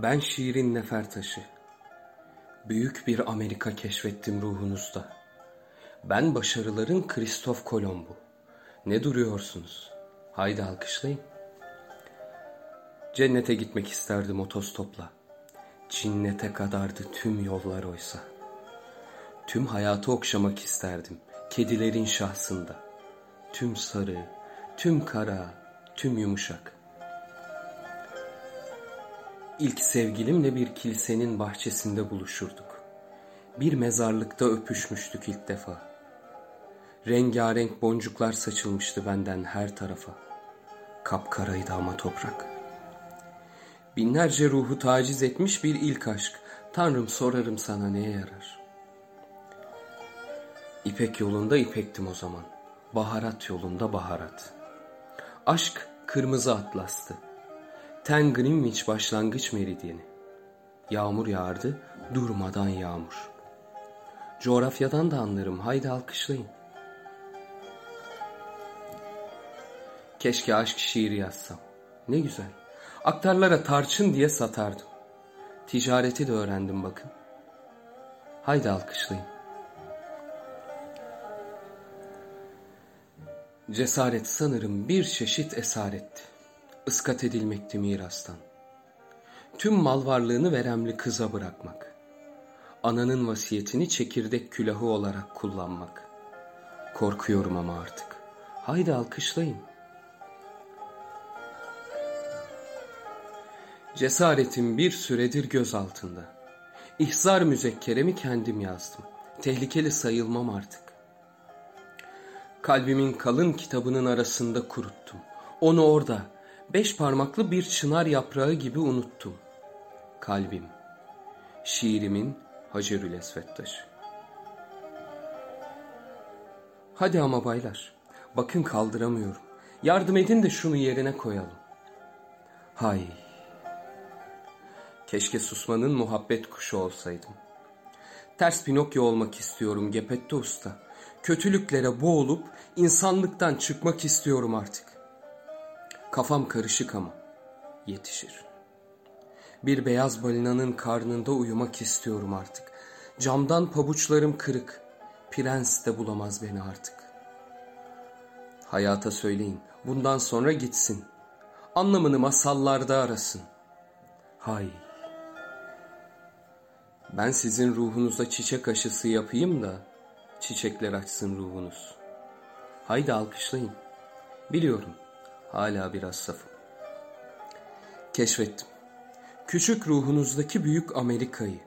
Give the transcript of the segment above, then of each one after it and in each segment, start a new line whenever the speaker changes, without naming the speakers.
Ben şiirin nefertaşı. Büyük bir Amerika keşfettim ruhunuzda. Ben başarıların Kristof Kolombu. Ne duruyorsunuz? Haydi alkışlayın. Cennete gitmek isterdim otostopla. Cinnete kadardı tüm yollar oysa. Tüm hayatı okşamak isterdim kedilerin şahsında. Tüm sarı, tüm kara, tüm yumuşak. İlk sevgilimle bir kilisenin bahçesinde buluşurduk. Bir mezarlıkta öpüşmüştük ilk defa. Rengarenk boncuklar saçılmıştı benden her tarafa. Kapkaraydı ama toprak. Binlerce ruhu taciz etmiş bir ilk aşk. Tanrım sorarım sana neye yarar? İpek yolunda ipektim o zaman. Baharat yolunda baharat. Aşk kırmızı atlastı. Ten Greenwich başlangıç meridyeni. Yağmur yağardı, durmadan yağmur. Coğrafyadan da anlarım, haydi alkışlayın. Keşke aşk şiiri yazsam. Ne güzel. Aktarlara tarçın diye satardım. Ticareti de öğrendim bakın. Haydi alkışlayın. Cesaret sanırım bir çeşit esaretti. Iskat edilmekti mirastan. Tüm mal varlığını veremli kıza bırakmak. Ananın vasiyetini çekirdek külahı olarak kullanmak. Korkuyorum ama artık. Haydi alkışlayın. Cesaretim bir süredir göz altında. İhzar müzekkeremi kendim yazdım. Tehlikeli sayılmam artık. Kalbimin kalın kitabının arasında kuruttum. Onu orada 5 parmaklı bir çınar yaprağı gibi unuttum. Kalbim, şiirimin Hacerül Esved taşı. Hadi ama baylar, bakın kaldıramıyorum. Yardım edin de şunu yerine koyalım. Hay, keşke susmanın muhabbet kuşu olsaydım. Ters Pinokyo olmak istiyorum Gepetto Usta. Kötülüklere boğulup insanlıktan çıkmak istiyorum artık. Kafam karışık ama yetişir. Bir beyaz balinanın karnında uyumak istiyorum artık. Camdan pabuçlarım kırık. Prens de bulamaz beni artık. Hayata söyleyin, bundan sonra gitsin. Anlamını masallarda arasın. Hay. Ben sizin ruhunuza çiçek aşısı yapayım da çiçekler açsın ruhunuz. Haydi alkışlayın. Biliyorum, hala biraz safım. Keşfettim. Küçük ruhunuzdaki büyük Amerika'yı.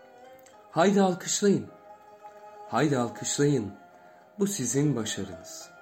Haydi alkışlayın. Haydi alkışlayın. Bu sizin başarınız.